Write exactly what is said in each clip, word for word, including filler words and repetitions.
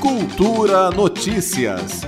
Cultura Notícias.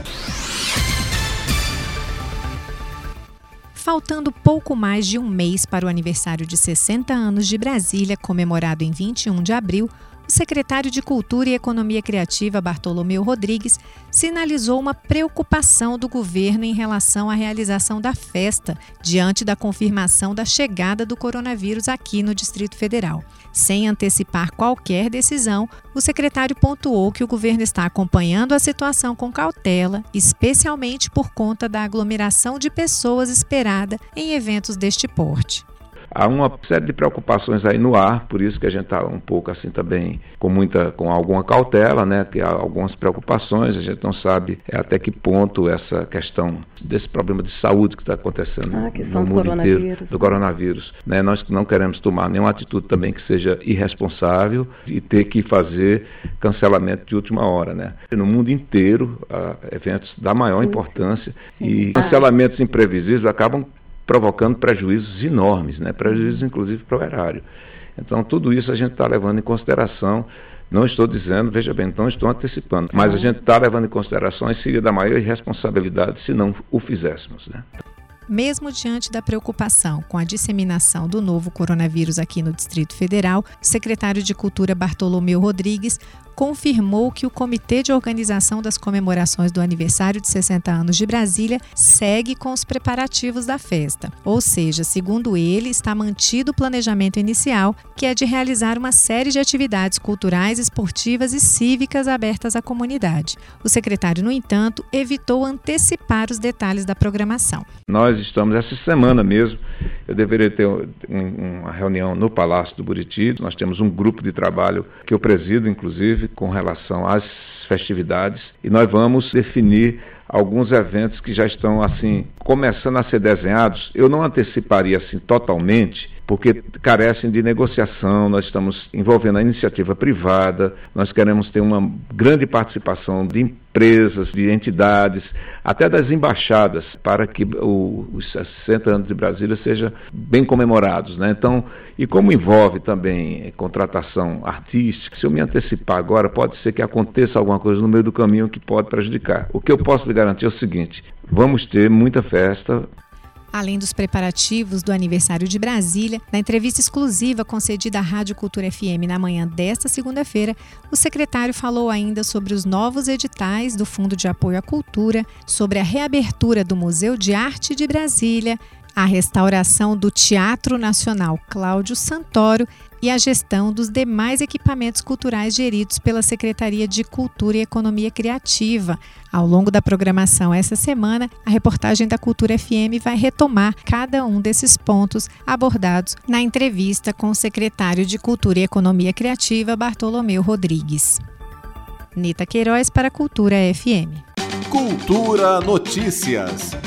Faltando pouco mais de um mês para o aniversário de sessenta anos de Brasília, comemorado em vinte e um de abril, o secretário de Cultura e Economia Criativa, Bartolomeu Rodrigues, sinalizou uma preocupação do governo em relação à realização da festa, diante da confirmação da chegada do coronavírus aqui no Distrito Federal. Sem antecipar qualquer decisão, o secretário pontuou que o governo está acompanhando a situação com cautela, especialmente por conta da aglomeração de pessoas esperada em eventos deste porte. Há uma série de preocupações aí no ar, por isso que a gente está um pouco assim também com muita, com alguma cautela, né? Que há algumas preocupações, a gente não sabe até que ponto essa questão desse problema de saúde que está acontecendo ah, que no mundo inteiro, do coronavírus. Né? Nós não queremos tomar nenhuma atitude também que seja irresponsável e ter que fazer cancelamento de última hora, né? No mundo inteiro, há eventos da maior importância e cancelamentos imprevisíveis acabam provocando prejuízos enormes, né? Prejuízos inclusive para o erário. Então tudo isso a gente está levando em consideração, não estou dizendo, veja bem, não estou antecipando, mas a gente está levando em consideração e seria da maior irresponsabilidade se não o fizéssemos, né? Mesmo diante da preocupação com a disseminação do novo coronavírus aqui no Distrito Federal, o secretário de Cultura Bartolomeu Rodrigues confirmou que o Comitê de Organização das Comemorações do Aniversário de sessenta anos de Brasília segue com os preparativos da festa. Ou seja, segundo ele, está mantido o planejamento inicial, que é de realizar uma série de atividades culturais, esportivas e cívicas abertas à comunidade. O secretário, no entanto, evitou antecipar os detalhes da programação. Nós estamos, essa semana mesmo, eu deveria ter um, uma reunião no Palácio do Buriti. Nós temos um grupo de trabalho que eu presido, inclusive, com relação às festividades, e nós vamos definir alguns eventos que já estão assim começando a ser desenhados. Eu não anteciparia assim totalmente, porque carecem de negociação. Nós estamos envolvendo a iniciativa privada, nós queremos ter uma grande participação de empresas, de entidades, até das embaixadas, para que o, os sessenta anos de Brasília sejam bem comemorados, né? Então, e como envolve também contratação artística, se eu me antecipar agora, pode ser que aconteça alguma coisa no meio do caminho que pode prejudicar. O que eu posso lhe garantir é o seguinte: vamos ter muita festa. Além dos preparativos do aniversário de Brasília, na entrevista exclusiva concedida à Rádio Cultura F M na manhã desta segunda-feira, o secretário falou ainda sobre os novos editais do Fundo de Apoio à Cultura, sobre a reabertura do Museu de Arte de Brasília, a restauração do Teatro Nacional Cláudio Santoro e a gestão dos demais equipamentos culturais geridos pela Secretaria de Cultura e Economia Criativa. Ao longo da programação essa semana, a reportagem da Cultura F M vai retomar cada um desses pontos abordados na entrevista com o secretário de Cultura e Economia Criativa, Bartolomeu Rodrigues. Nita Queiroz para a Cultura F M. Cultura Notícias.